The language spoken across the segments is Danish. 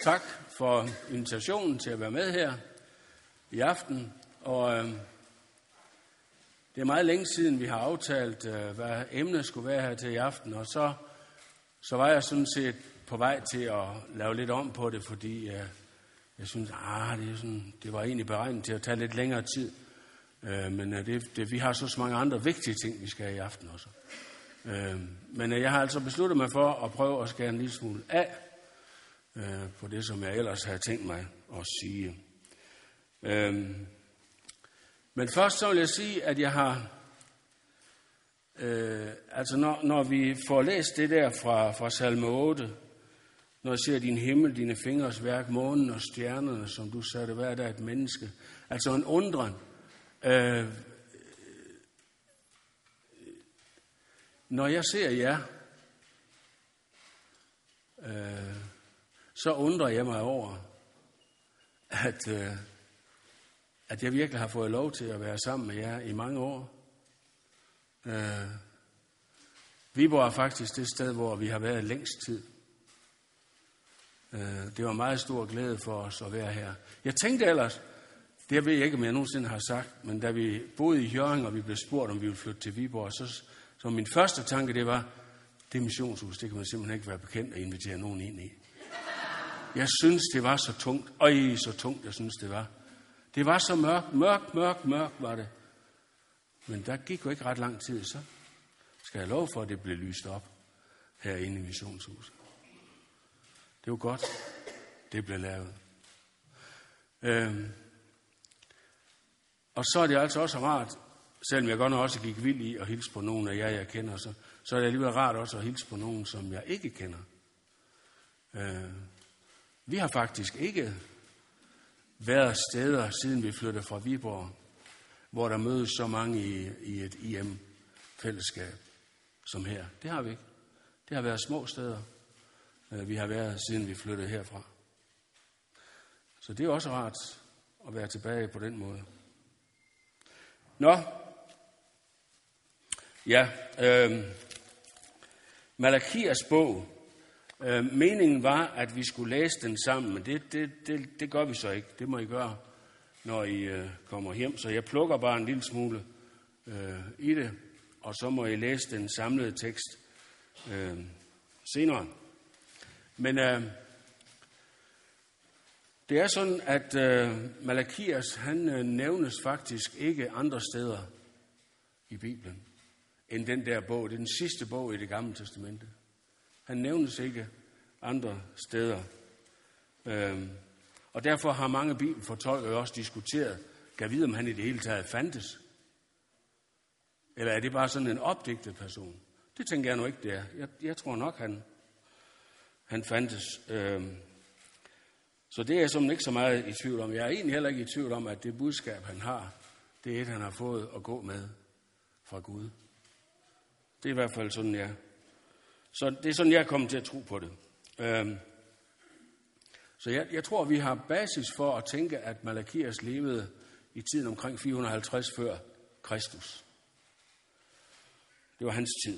Tak for invitationen til at være med her i aften. Og det er meget længe siden, vi har aftalt, hvad emnet skulle være her til i aften. Og så var jeg sådan set på vej til at lave lidt om på det, fordi jeg synes, det var egentlig beregnet til at tage lidt længere tid. Men vi har så mange andre vigtige ting, vi skal have i aften også. Men jeg har altså besluttet mig for at prøve at skære en lille smule af på det, som jeg ellers havde tænkt mig at sige. Men først så vil jeg sige, at jeg har, når vi får læst det der fra salme 8, når jeg ser din himmel, dine fingres værk, månen og stjernerne, som du satte hver dag et menneske, altså en undren. Når jeg ser jer, så undrer jeg mig over, at jeg virkelig har fået lov til at være sammen med jer i mange år. Viborg er faktisk det sted, hvor vi har været længst tid. Det var meget stor glæde for os at være her. Jeg tænkte ellers, det ved jeg ikke, om jeg nogensinde har sagt, men da vi boede i Hjørring, og vi blev spurgt, om vi ville flytte til Viborg, så min første tanke, det var, det missionshus, det kan man simpelthen ikke være bekendt at invitere nogen ind i. Jeg synes, det var så tungt. Så tungt, jeg synes, det var. Det var så mørkt var det. Men der gik jo ikke ret lang tid, så skal jeg love for, at det blev lyst op herinde i missionshuset. Det var godt, det blev lavet. Og så er det altså også rart, selvom jeg godt nok også gik vild i at hilse på nogen af jer, jeg kender, så er det alligevel rart også at hilse på nogen, som jeg ikke kender. Vi har faktisk ikke været steder, siden vi flyttede fra Viborg, hvor der mødes så mange i et IM-fællesskab som her. Det har vi ikke. Det har været små steder, vi har været, siden vi flyttede herfra. Så det er også rart at være tilbage på den måde. Nå. Ja, Malakias bog. Meningen var, at vi skulle læse den sammen, men det gør vi så ikke. Det må I gøre, når I kommer hjem. Så jeg plukker bare en lille smule i det, og så må I læse den samlede tekst senere. Men det er sådan, at Malakias, han nævnes faktisk ikke andre steder i Bibelen, end den der bog. Det er den sidste bog i Det Gamle Testamente. Han nævnes ikke andre steder. Og derfor har mange bibelfortolkere også diskuteret, kan vide, om han i det hele taget fandtes. Eller er det bare sådan en opdigtet person? Det tænker jeg nu ikke, det er. Jeg tror nok, han fandtes. Så det er jeg simpelthen ikke så meget i tvivl om. Jeg er egentlig heller ikke i tvivl om, at det budskab, han har, det er et, han har fået at gå med fra Gud. Det er i hvert fald sådan, jeg. Så det er sådan, jeg er kommet til at tro på det. Så jeg tror, vi har basis for at tænke, at Malakias levede i tiden omkring 450 før Kristus. Det var hans tid.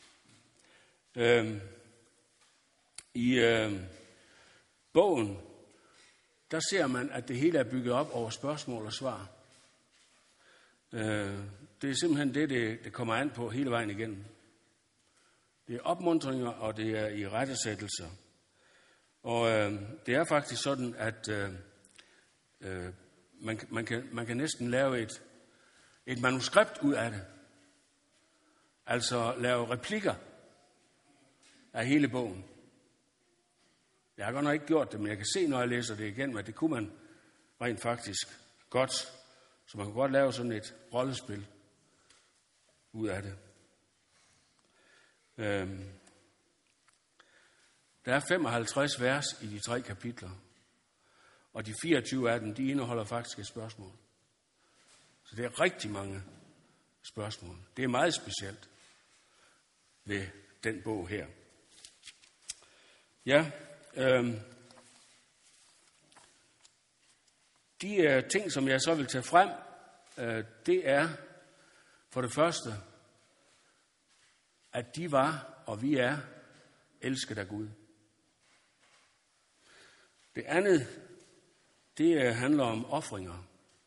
I bogen, der ser man, at det hele er bygget op over spørgsmål og svar. Det er simpelthen det kommer an på hele vejen igennem. Det er opmuntringer, og det er irettesættelser. Og det er faktisk sådan, at man kan næsten lave et manuskript ud af det. Altså lave replikker af hele bogen. Jeg har godt nok ikke gjort det, men jeg kan se, når jeg læser det igen, at det kunne man rent faktisk godt. Så man kan godt lave sådan et rollespil ud af det. Der er 55 vers i de 3 kapitler, og de 24 af dem, de indeholder faktisk et spørgsmål. Så det er rigtig mange spørgsmål. Det er meget specielt ved den bog her. Ja, de ting, som jeg så vil tage frem, det er for det første, at de var, og vi er, elsket af Gud. Det andet, det handler om ofringer.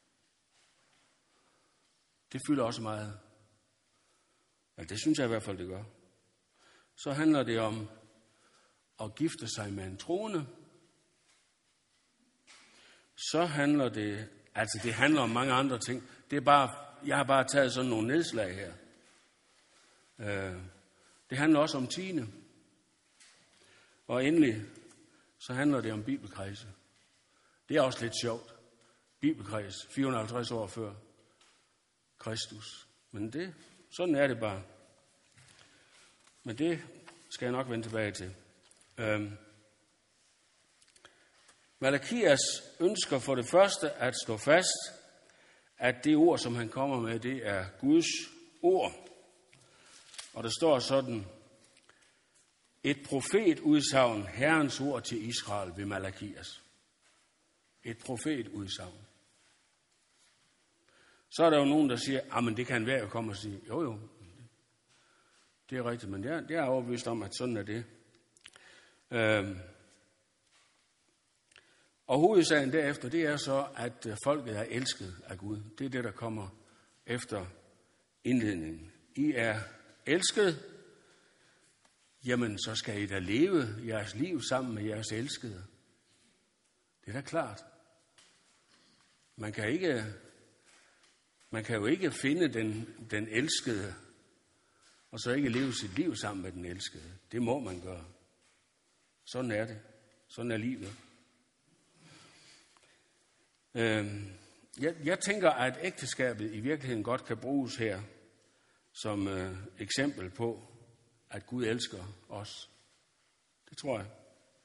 Det fylder også meget. Ja, det synes jeg i hvert fald, det gør. Så handler det om at gifte sig med en troende. Så handler det, altså det handler om mange andre ting. Det er bare, jeg har bare taget sådan nogle nedslag her. Det handler også om tiende. Og endelig, så handler det om bibelkredse. Det er også lidt sjovt. Bibelkreds, 450 år før Kristus. Men det, sådan er det bare. Men det skal jeg nok vende tilbage til. Malakias ønsker for det første at stå fast, at det ord, som han kommer med, det er Guds ord. Og der står sådan, et profetudsagn, Herrens ord til Israel ved Malakias. Et profetudsagn. Så er der jo nogen, der siger, men det kan være, at komme og sige, jo, det er rigtigt, men jeg er overbevist om, at sådan er det. Og hovedsagen derefter, det er så, at folket er elsket af Gud. Det er det, der kommer efter indledningen. I er elsket, jamen så skal I da leve jeres liv sammen med jeres elskede. Det er da klart. Man kan jo ikke finde den elskede, og så ikke leve sit liv sammen med den elskede. Det må man gøre. Sådan er det. Sådan er livet. Jeg tænker, at ægteskabet i virkeligheden godt kan bruges her som eksempel på, at Gud elsker os. Det tror jeg.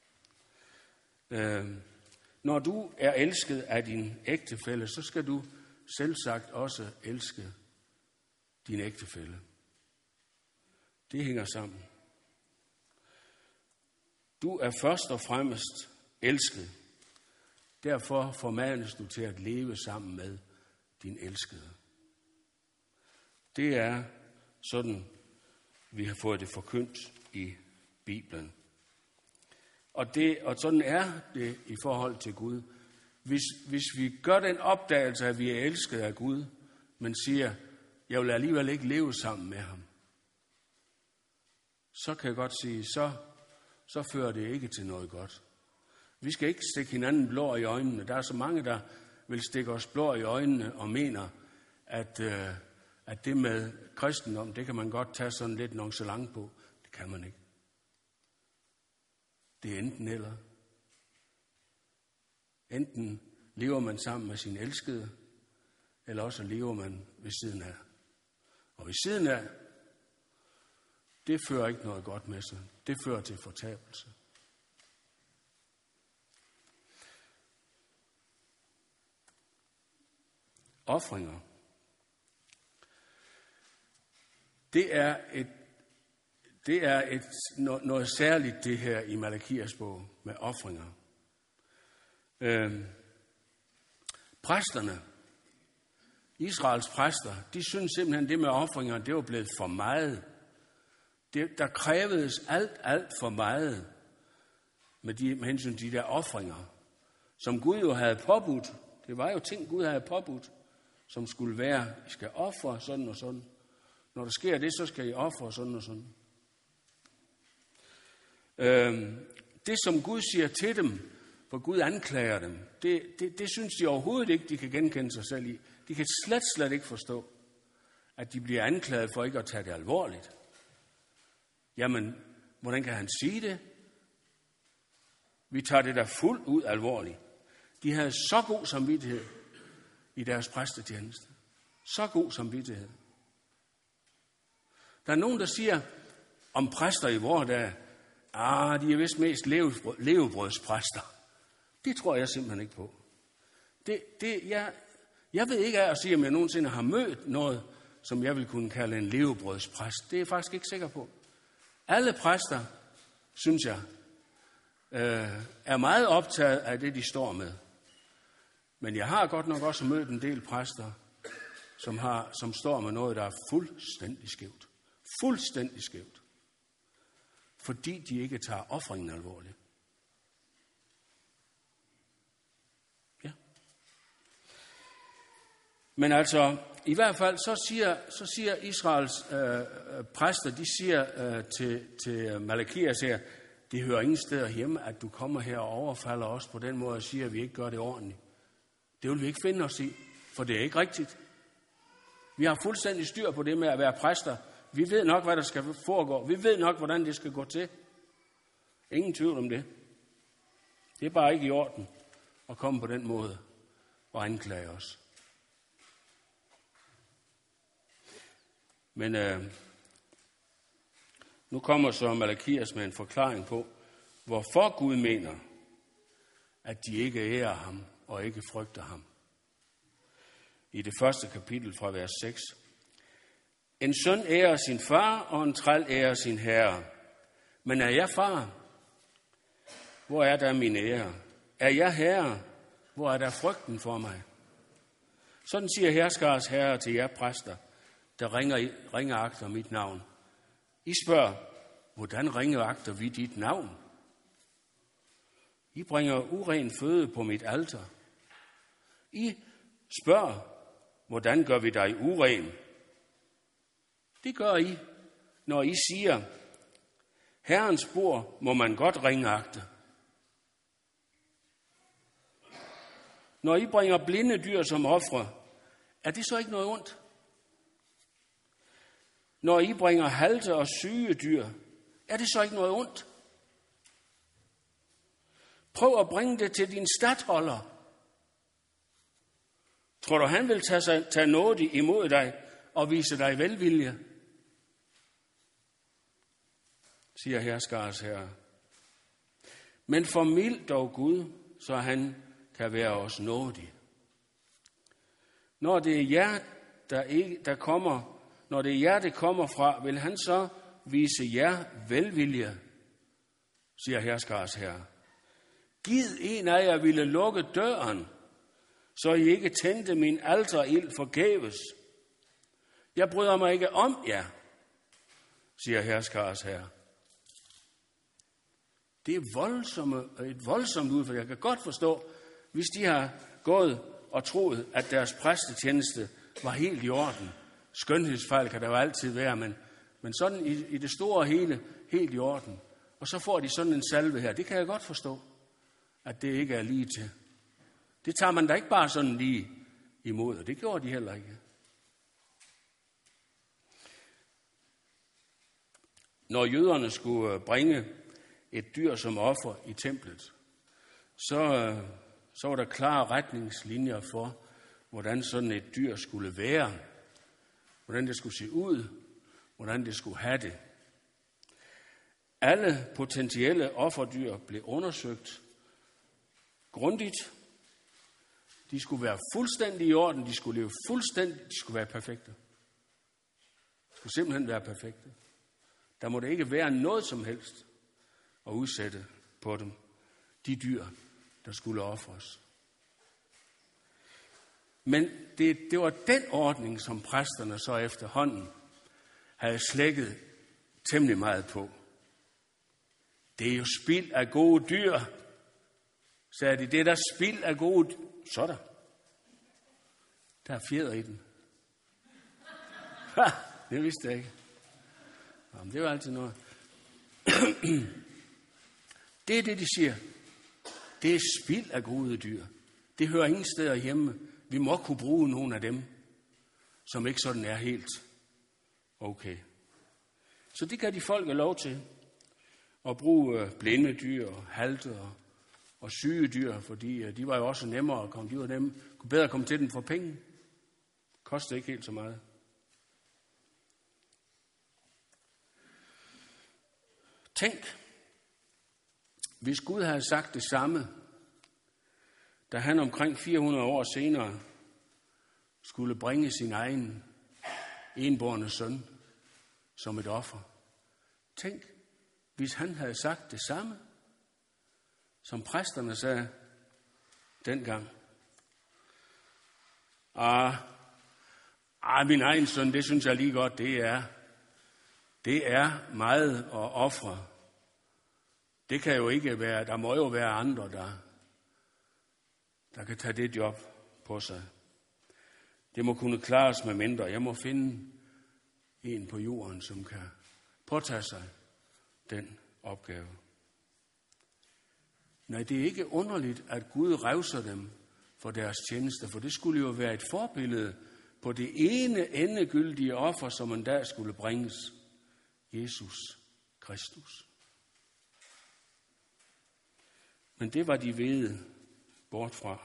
Når du er elsket af din ægtefælle, så skal du selvsagt også elske din ægtefælle. Det hænger sammen. Du er først og fremmest elsket. Derfor formanes du til at leve sammen med din elskede. Det er sådan, vi har fået det forkyndt i Bibelen. Og sådan er det i forhold til Gud. Hvis vi gør den opdagelse, at vi er elsket af Gud, men siger, jeg vil alligevel ikke leve sammen med ham, så kan jeg godt sige, så fører det ikke til noget godt. Vi skal ikke stikke hinanden blår i øjnene. Der er så mange, der vil stikke os blår i øjnene og mener, at det med kristendom, det kan man godt tage sådan lidt nonchalant på. Det kan man ikke. Det er enten eller. Enten lever man sammen med sin elskede, eller også lever man ved siden af. Og ved siden af, det fører ikke noget godt med sig. Det fører til fortabelse. Ofringer. Det er noget særligt, det her i Malakias bog med ofringer. Præsterne, Israels præster, de synes simpelthen, det med ofringer, det var blevet for meget. Der krævedes alt for meget med hensyn til de der ofringer, som Gud jo havde påbudt. Det var jo ting, Gud havde påbudt, som skulle være, I skal ofre sådan og sådan. Når der sker det, så skal I ofre sådan og sådan. Det, som Gud siger til dem, for Gud anklager dem, det synes de overhovedet ikke, de kan genkende sig selv i. De kan slet ikke forstå, at de bliver anklaget for ikke at tage det alvorligt. Jamen, hvordan kan han sige det? Vi tager det da fuldt ud alvorligt. De havde så god samvittighed i deres præstetjeneste. Så god samvittighed. Der er nogen, der siger om præster i vore dage, de er vist mest levebrødspræster. Det tror jeg simpelthen ikke på. Jeg ved ikke af at sige, om jeg nogensinde har mødt noget, som jeg vil kunne kalde en levebrødspræst. Det er jeg faktisk ikke sikker på. Alle præster, synes jeg, er meget optaget af det, de står med. Men jeg har godt nok også mødt en del præster, som står med noget, der er fuldstændig skævt. Fuldstændig skævt. Fordi de ikke tager ofringen alvorligt. Men altså, i hvert fald, så siger Israels præster, de siger til Malakias her, det hører ingen steder hjemme, at du kommer her og overfalder os på den måde og siger, at vi ikke gør det ordentligt. Det vil vi ikke finde os i, for det er ikke rigtigt. Vi har fuldstændig styr på det med at være præster. Vi ved nok, hvad der skal foregå. Vi ved nok, hvordan det skal gå til. Ingen tvivl om det. Det er bare ikke i orden at komme på den måde og anklage os. Men nu kommer så Malakias med en forklaring på, hvorfor Gud mener, at de ikke ærer ham og ikke frygter ham. I det første kapitel fra vers 6. En søn ærer sin far, og en træl ærer sin herre. Men er jeg far? Hvor er der min ære? Er jeg herre? Hvor er der frygten for mig? Sådan siger herskares herre til jer præster, der ringeagter mit navn. I spørger, hvordan ringeagter vi dit navn? I bringer uren føde på mit alter. I spørger, hvordan gør vi dig uren? Det gør I, når I siger, Herrens bord må man godt ringeagte. Når I bringer blinde dyr som ofre, er det så ikke noget ondt? Når I bringer halte og syge dyr, er det så ikke noget ondt? Prøv at bringe det til din statholder. Tror du, han vil tage nådig imod dig og vise dig velvilje? Siger herskares herre. Men formild dog Gud, så han kan være os nådig. Når det er jer, når det er jer, det kommer fra, vil han så vise jer velvilje, siger herskares herre. Gid en af jer ville lukke døren, så I ikke tændte min alterild forgæves. Jeg bryder mig ikke om jer, siger herskares herre. Det er et voldsomt udfald. Jeg kan godt forstå, hvis de har gået og troet, at deres præstetjeneste var helt i orden. Skønhedsfejl kan der jo altid være, men sådan i det store og hele, helt i orden. Og så får de sådan en salve her. Det kan jeg godt forstå, at det ikke er lige til. Det tager man da ikke bare sådan lige imod, og det gjorde de heller ikke. Når jøderne skulle bringe et dyr som offer i templet, så var der klare retningslinjer for, hvordan sådan et dyr skulle være, hvordan det skulle se ud, hvordan det skulle have det. Alle potentielle offerdyr blev undersøgt grundigt. De skulle være fuldstændig i orden, de skulle leve fuldstændig, de skulle være perfekte. De skulle simpelthen være perfekte. Der måtte ikke være noget som helst at udsætte på dem, de dyr, der skulle ofres. Men det var den ordning, som præsterne så efterhånden havde slækket temmelig meget på. Det er jo spild af gode dyr, sagde de. Det er der spild af gode dyr. Sådan. Der er fjeder i den. Ha, det vidste jeg ikke. Jamen, det var altid noget. Det er det, de siger. Det er spild af gode dyr. Det hører ingen steder hjemme. Vi må kunne bruge nogle af dem, som ikke sådan er helt okay. Så det kan de folk have lov til. At bruge blinde dyr, halte og syge dyr, fordi de var jo også nemmere at komme. De var kunne bedre komme til dem for penge. Kostede ikke helt så meget. Tænk, hvis Gud havde sagt det samme, da han omkring 400 år senere skulle bringe sin egen enbårne søn som et offer. Tænk, hvis han havde sagt det samme, som præsterne sagde dengang. Min egen søn, det synes jeg lige godt, det er meget at ofre. Det kan jo ikke være, der må jo være andre, der kan tage det job på sig. Det må kunne klares med mindre. Jeg må finde en på jorden, som kan påtage sig den opgave. Nej, det er ikke underligt, at Gud revser dem for deres tjeneste, for det skulle jo være et forbillede på det ene endegyldige offer, som en dag skulle bringes. Jesus Kristus. Men det var de veget bort fra.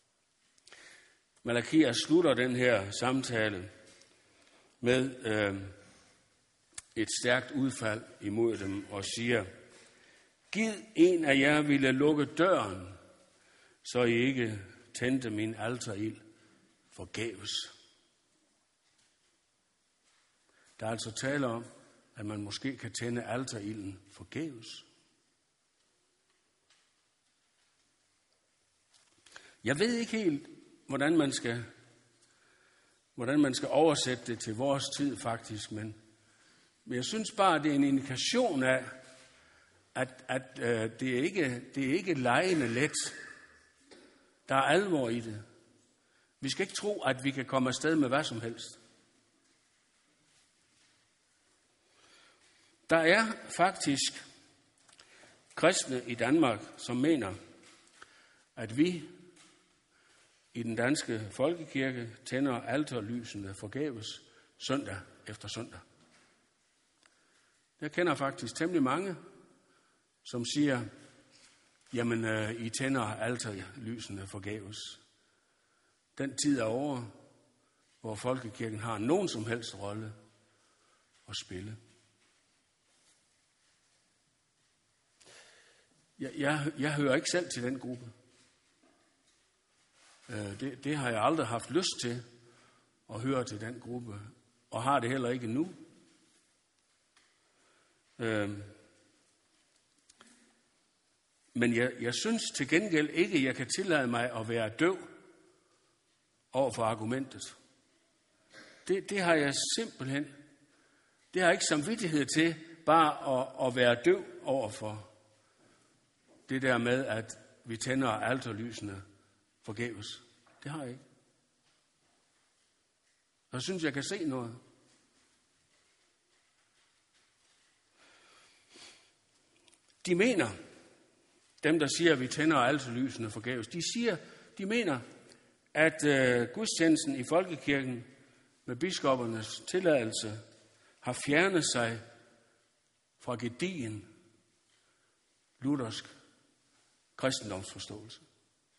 Malakias slutter den her samtale med et stærkt udfald imod dem og siger: Gid en af jer ville lukke døren, så I ikke tændte min alterild forgæves. Der er altså tale om, at man måske kan tænde alterilden forgæves. Jeg ved ikke helt, hvordan man skal oversætte det til vores tid faktisk, men jeg synes bare, det er en indikation af, at det er ikke legende let. Der er alvor i det. Vi skal ikke tro, at vi kan komme afsted med hvad som helst. Der er faktisk kristne i Danmark, som mener, at vi i den danske folkekirke tænder alterlysene forgæves søndag efter søndag. Jeg kender faktisk temmelig mange, som siger, jamen I tænder alterlysene forgæves. Den tid er over, hvor folkekirken har nogen som helst rolle at spille. Jeg hører ikke selv til den gruppe. Det har jeg aldrig haft lyst til at høre til den gruppe, og har det heller ikke nu. Men jeg synes til gengæld ikke, jeg kan tillade mig at være døv over for argumentet. Det har jeg simpelthen, det har jeg ikke samvittighed til bare at være døv over for det der med, at vi tænder alterlysene forgæves. Det har jeg ikke. Jeg synes, jeg kan se noget. De mener, dem der siger, at vi tænder alterlysene forgæves, de mener, at gudstjenesten i folkekirken med biskoppernes tilladelse har fjernet sig fra gedigen luthersk kristendomsforståelse.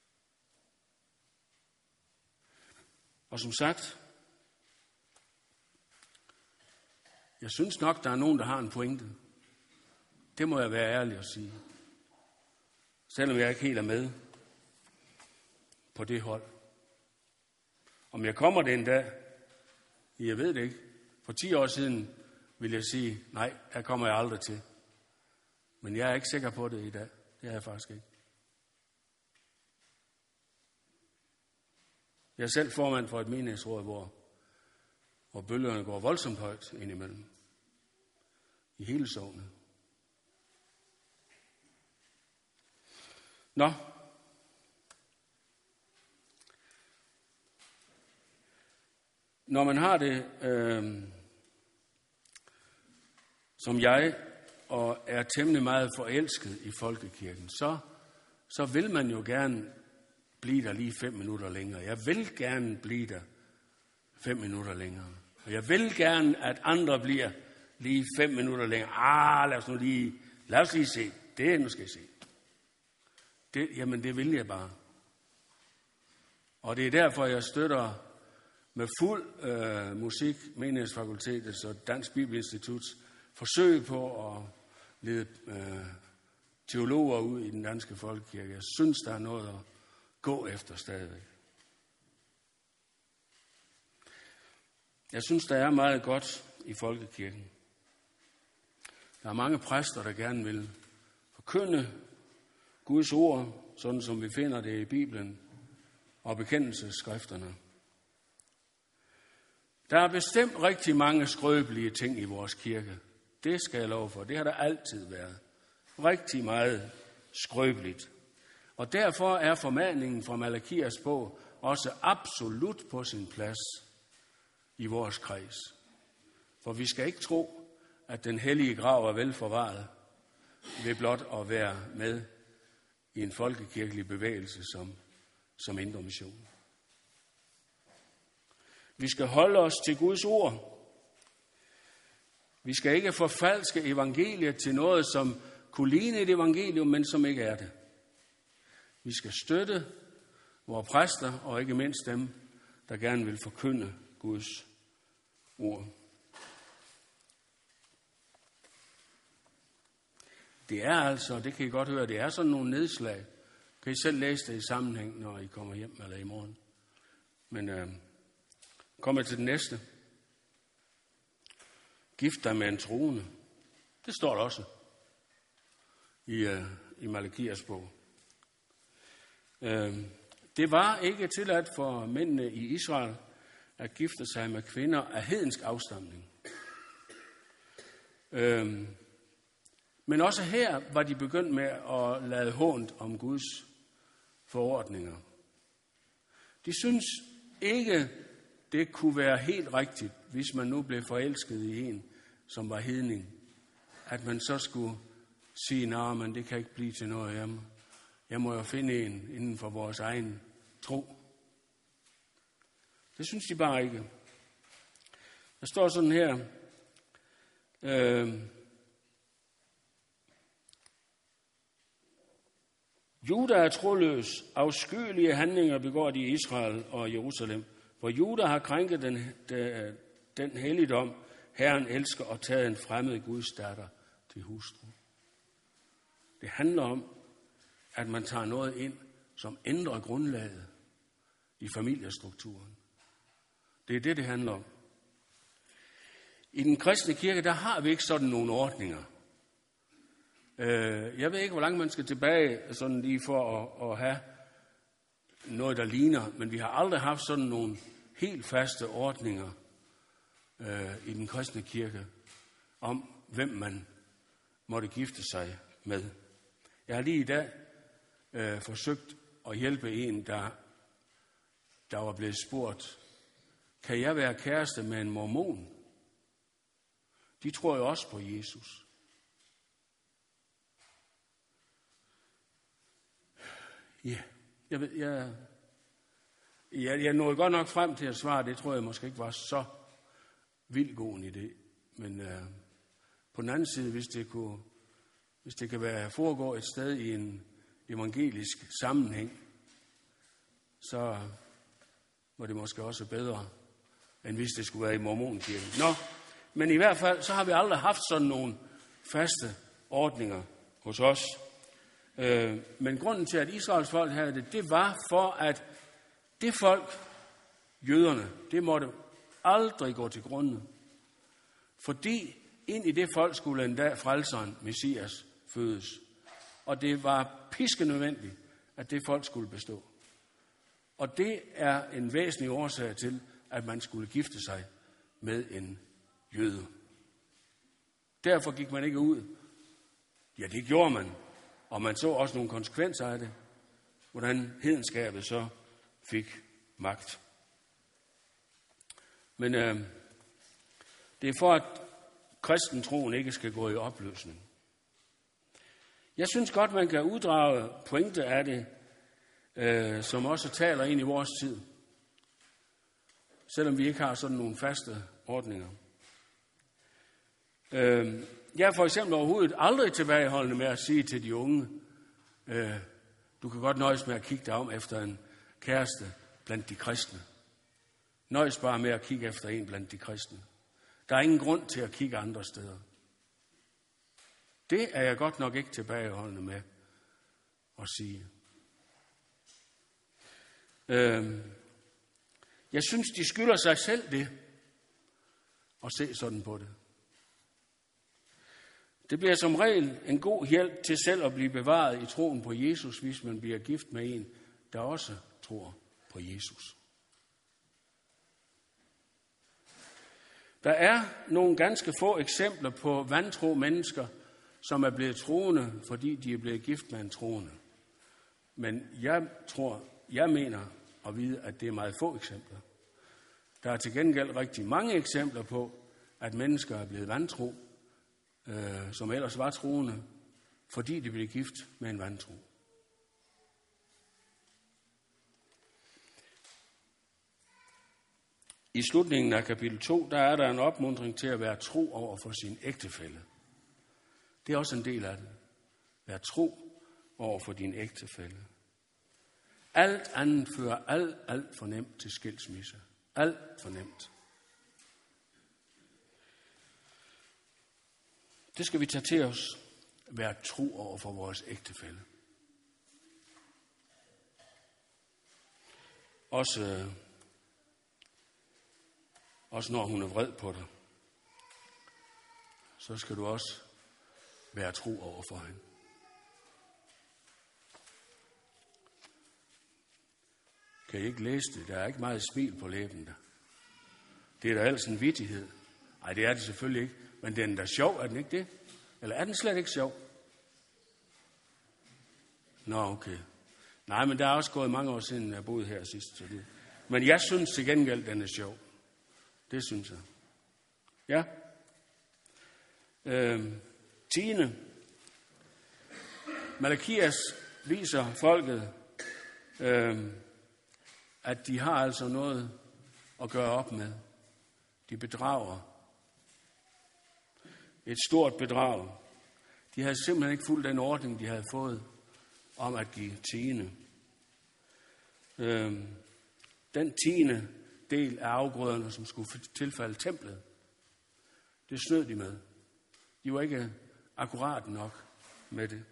Og som sagt, jeg synes nok, der er nogen, der har en pointe. Det må jeg være ærlig at sige. Selvom jeg ikke helt er med på det hold. Om jeg kommer det en dag, jeg ved det ikke. For 10 år siden vil jeg sige, nej, her kommer jeg aldrig til. Men jeg er ikke sikker på det i dag. Det er jeg faktisk ikke. Jeg er selv formand for et menighedsråd, hvor bølgerne går voldsomt højt indimellem. I hele sognet. Nå. Når man har det, som jeg, og er temmelig meget forelsket i folkekirken, så vil man jo gerne blive der lige 5 minutter længere. Jeg vil gerne blive der 5 minutter længere. Og jeg vil gerne, at andre bliver lige 5 minutter længere. Lad os lige se. Det nu skal jeg se. Det vil jeg bare. Og det er derfor, jeg støtter med fuld musik, menighedsfakultetets og Dansk Bibelinstituts forsøg på at lede teologer ud i den danske folkekirke. Jeg synes, der er noget at gå efter stadigvæk. Jeg synes, der er meget godt i folkekirken. Der er mange præster, der gerne vil forkynde Guds ord, sådan som vi finder det i Bibelen og bekendelsesskrifterne. Der er bestemt rigtig mange skrøbelige ting i vores kirke. Det skal jeg love for. Det har der altid været. Rigtig meget skrøbeligt. Og derfor er formaningen fra Malakias bog også absolut på sin plads i vores kreds. For vi skal ikke tro, at den hellige grav er velforvaret ved blot at være med i en folkekirkelig bevægelse som Indre Mission. Vi skal holde os til Guds ord. Vi skal ikke forfalske evangeliet til noget, som kunne ligne et evangelium, men som ikke er det. Vi skal støtte vores præster, og ikke mindst dem, der gerne vil forkynde Guds ord. Det er altså, det kan I godt høre, det er sådan nogle nedslag. Kan I selv læse det i sammenhæng, når I kommer hjem eller i morgen. Men kommer til den næste. Gift dig med en troende. Det står der også i Malakias bog. Det var ikke tilladt for mændene i Israel at gifte sig med kvinder af hedensk afstamning. Men også her var de begyndt med at lade hånt om Guds forordninger. De synes ikke, det kunne være helt rigtigt, hvis man nu blev forelsket i en, som var hedning, at man så skulle sige, nej, men det kan ikke blive til noget. Jeg må jo finde en inden for vores egen tro. Det synes de bare ikke. Der står sådan her, Juda er troløs, afskyelige handlinger begår de i Israel og Jerusalem, for Juda har krænket den helligdom, Herren elsker, og taget en fremmed Guds datter til hustru. Det handler om, at man tager noget ind, som ændrer grundlaget i familiestrukturen. Det er det handler om. I den kristne kirke, der har vi ikke sådan nogle ordninger. Jeg ved ikke, hvor langt man skal tilbage sådan lige for at have noget, der ligner, men vi har aldrig haft sådan nogle helt faste ordninger i den kristne kirke om, hvem man måtte gifte sig med. Jeg har lige i dag forsøgt at hjælpe en, der var blevet spurgt, kan jeg være kæreste med en mormon? De tror jo også på Jesus. Ja, jeg nåede godt nok frem til at svare, det tror jeg måske ikke var så vildt god en idé. Men på den anden side, hvis det kan være foregå et sted i en evangelisk sammenhæng, så var det måske også bedre, end hvis det skulle være i mormonkirken. Nå, men i hvert fald, så har vi aldrig haft sådan nogle faste ordninger hos os. Men grunden til, at Israels folk havde det var for, at det folk, jøderne, det måtte aldrig gå til grunde. Fordi ind i det folk skulle en dag frelseren, Messias, fødes. Og det var piskenødvendigt, at det folk skulle bestå. Og det er en væsentlig årsag til, at man skulle gifte sig med en jøde. Derfor gik man ikke ud. Ja, det gjorde man. Og man så også nogle konsekvenser af det. Hvordan hedenskabet så fik magt. Men det er for, at kristentroen ikke skal gå i opløsning. Jeg synes godt, man kan uddrage pointe af det, som også taler ind i vores tid. Selvom vi ikke har sådan nogle faste ordninger. Jeg er for eksempel overhovedet aldrig tilbageholdende med at sige til de unge, du kan godt nøjes med at kigge dig om efter en kæreste blandt de kristne. Nøjes bare med at kigge efter en blandt de kristne. Der er ingen grund til at kigge andre steder. Det er jeg godt nok ikke tilbageholdende med at sige. Jeg synes, de skylder sig selv det at se sådan på det. Det bliver som regel en god hjælp til selv at blive bevaret i troen på Jesus, hvis man bliver gift med en, der også tror på Jesus. Der er nogle ganske få eksempler på vantro mennesker, som er blevet troende, fordi de er blevet gift med en troende. Men jeg mener at vide, at det er meget få eksempler. Der er til gengæld rigtig mange eksempler på, at mennesker er blevet vantro, som ellers var troende, fordi de blev gift med en vantro. I slutningen af kapitel 2, der er der en opmuntring til at være tro over for sin ægtefælle. Det er også en del af det. Vær tro over for din ægtefælle. Alt andet fører alt for nemt til skilsmisse. Alt for nemt. Det skal vi tage til os. Vær tro over for vores ægtefælle. Også når hun er vred på dig, så skal du også være tro over for hende. Kan I ikke læse det? Der er ikke meget smil på læben der. Det er da ellers en vittighed. Nej, det er det selvfølgelig ikke. Men den er da sjov, er den ikke det? Eller er den slet ikke sjov? Nå, okay. Nej, men der er også gået mange år siden, jeg boede her sidst. Så det. Men jeg synes til gengæld, den er sjov. Det synes jeg. Ja. 10. Malakias viser folket, at de har altså noget at gøre op med. De bedrager. Et stort bedrag. De havde simpelthen ikke fulgt den ordning, de havde fået om at give tiende. Den 10. del af afgrøderne, som skulle tilfalde templet, det snød de med. De var ikke akkurat nok med det.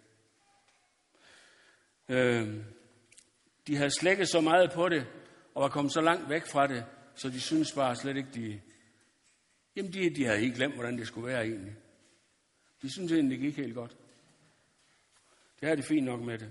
De havde slækket så meget på det, og var kommet så langt væk fra det, så de syntes bare slet ikke, de havde ikke glemt, hvordan det skulle være egentlig. De syntes egentlig, det gik helt godt. Det er det fint nok med det.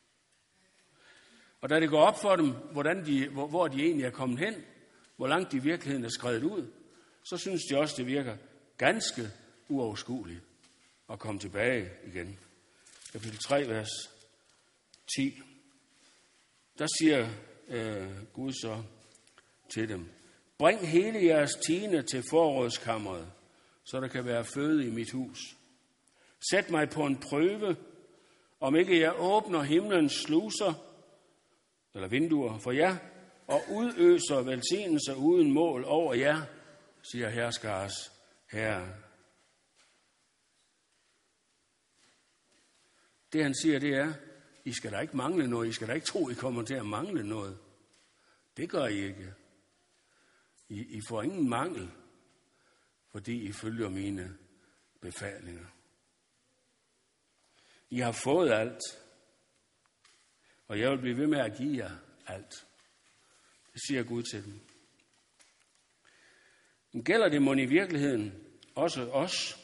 Og da det går op for dem, hvor de egentlig er kommet hen, hvor langt de i virkeligheden er skredet ud, så synes de også, det virker ganske uoverskueligt at komme tilbage igen. Kapitel 3, vers 10. Der siger Gud så til dem: bring hele jeres tiende til forrådskammeret, så der kan være føde i mit hus. Sæt mig på en prøve, om ikke jeg åbner himlens sluser, eller vinduer for jer, og udøser velsignelser uden mål over jer, siger herskars Herre. Det han siger, det er, I skal da ikke mangle noget, I skal da ikke tro, I kommer til at mangle noget. Det gør I ikke. I får ingen mangel, fordi I følger mine befalinger. I har fået alt, og jeg vil blive ved med at give jer alt. Det siger Gud til dem. Men gælder det mon i virkeligheden også os?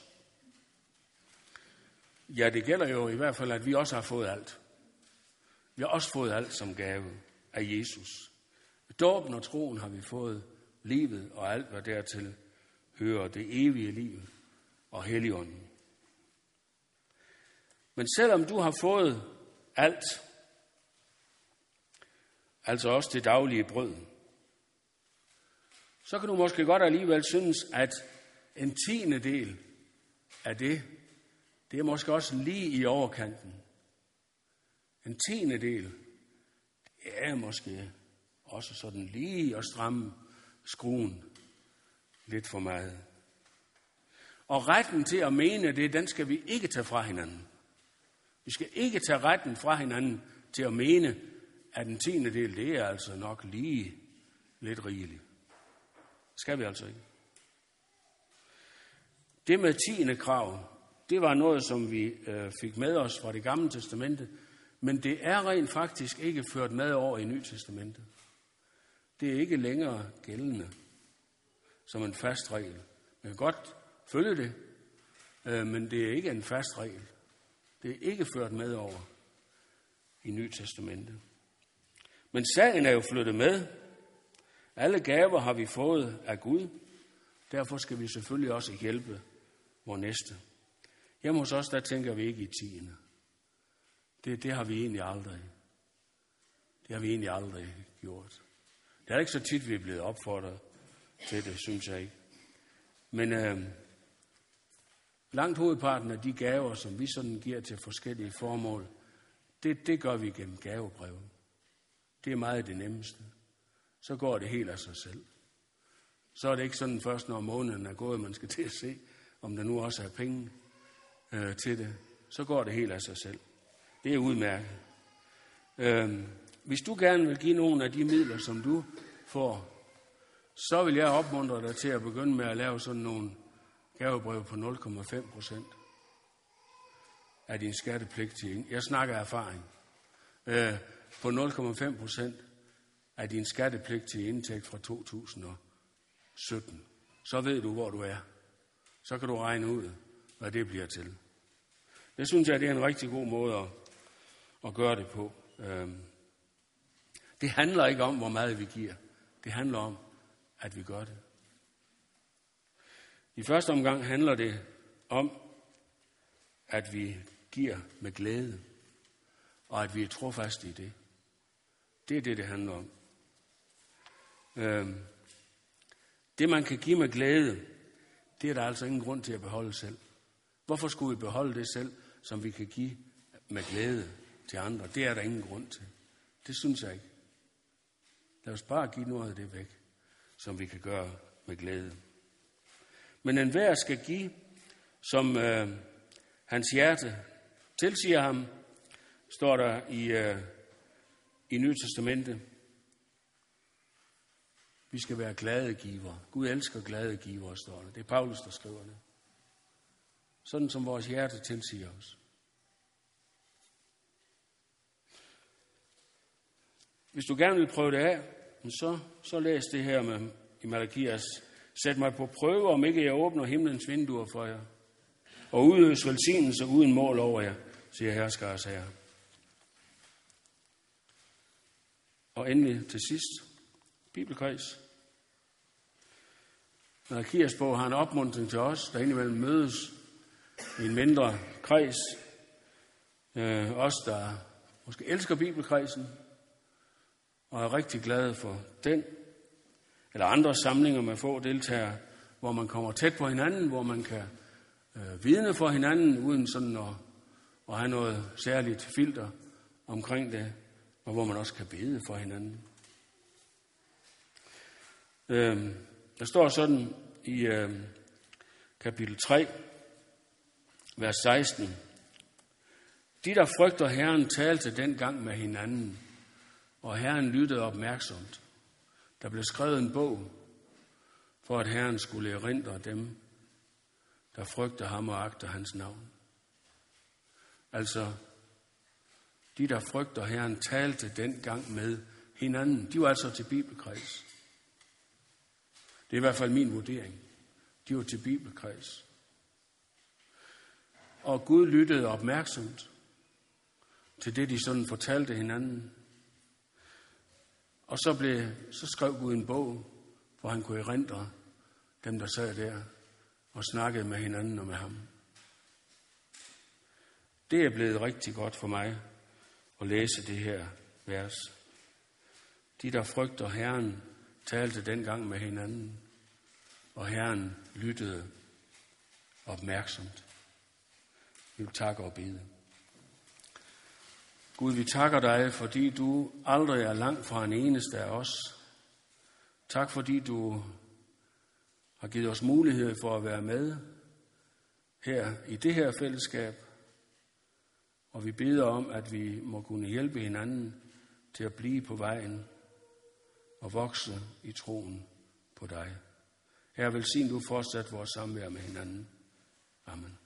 Ja, det gælder jo i hvert fald, at vi også har fået alt. Vi har også fået alt som gave af Jesus. Ved dåben og troen har vi fået livet og alt, hvad dertil hører, det evige liv og Helligånden. Men selvom du har fået alt, altså også det daglige brød, så kan du måske godt alligevel synes, at en 10. af det er måske også lige i overkanten. En 10. det er måske også sådan lige at stramme skruen lidt for meget. Og retten til at mene det, den skal vi ikke tage fra hinanden. Vi skal ikke tage retten fra hinanden til at mene, at en 10. det er altså nok lige lidt rigeligt. Skal vi altså ikke. Det med 10. krav, det var noget, som vi fik med os fra det gamle testamente, men det er rent faktisk ikke ført med over i Nye Testamentet. Det er ikke længere gældende som en fast regel. Man kan godt følge det, men det er ikke en fast regel. Det er ikke ført med over i Nye Testamentet. Men sagen er jo flyttet med. Alle gaver har vi fået af Gud. Derfor skal vi selvfølgelig også hjælpe vor næste. Hjemme hos os, der tænker vi ikke i 10. Det har vi egentlig aldrig. Det har vi egentlig aldrig gjort. Det er ikke så tit, vi er blevet opfordret til det, synes jeg ikke. Men langt hovedparten af de gaver, som vi sådan giver til forskellige formål, det gør vi gennem gavebrev. Det er meget det nemmeste. Så går det helt af sig selv. Så er det ikke sådan først, når måneden er gået, man skal til at se, om der nu også er penge til det. Så går det helt af sig selv. Det er udmærket. Hvis du gerne vil give nogle af de midler, som du får, så vil jeg opmuntre dig til at begynde med at lave sådan nogle gavebrev på 0,5% af din skattepligtige. Jeg snakker erfaring. På 0,5% af din skattepligtige indtægt fra 2017. Så ved du, hvor du er. Så kan du regne ud, hvad det bliver til. Det synes jeg, det er en rigtig god måde at gøre det på. Det handler ikke om, hvor meget vi giver. Det handler om, at vi gør det. I første omgang handler det om, at vi giver med glæde, og at vi er trofaste i det. Det er det handler om. Det, man kan give med glæde, det er der altså ingen grund til at beholde selv. Hvorfor skulle vi beholde det selv, som vi kan give med glæde til andre? Det er der ingen grund til. Det synes jeg ikke. Lad os bare give noget af det væk, som vi kan gøre med glæde. Men enhver skal give, som hans hjerte tilsiger ham, står der i Nye Testamente. Vi skal være glade givere. Gud elsker glade givere, står der. Det er Paulus, der skriver det. Sådan som vores hjerte tilsiger os. Hvis du gerne vil prøve det af, så læs det her i Malakias. Sæt mig på prøve, om ikke jeg åbner himlens vinduer for jer, og udøs velsignelse uden mål over jer, siger herskers herre. Og endelig til sidst, bibelkreds. Malakias bog har en opmuntring til os, der indimellem mødes i en mindre kreds. Os, der måske elsker bibelkredsen, og er rigtig glade for den, eller andre samlinger med få deltagere, hvor man kommer tæt på hinanden, hvor man kan vidne for hinanden, uden sådan at have noget særligt filter omkring det, og hvor man også kan bede for hinanden. Der står sådan i kapitel 3, vers 16. De, der frygter Herren, talte dengang med hinanden, og Herren lyttede opmærksomt. Der blev skrevet en bog, for at Herren skulle erindre dem, der frygter ham og agter hans navn. Altså, de, der frygter Herren, talte dengang med hinanden. De var altså til bibelkreds. Det er i hvert fald min vurdering. De var til bibelkreds. Og Gud lyttede opmærksomt til det, de sådan fortalte hinanden. Og så skrev Gud en bog, hvor han kunne erindre dem, der sad der og snakkede med hinanden og med ham. Det er blevet rigtig godt for mig at læse det her vers. De, der frygter Herren, talte dengang med hinanden, og Herren lyttede opmærksomt. Vi vil takke og bede. Gud, vi takker dig, fordi du aldrig er langt fra en eneste af os. Tak, fordi du har givet os mulighed for at være med her i det her fællesskab. Og vi beder om, at vi må kunne hjælpe hinanden til at blive på vejen og vokse i troen på dig. Herre, velsign du fortsat vores samvær med hinanden. Amen.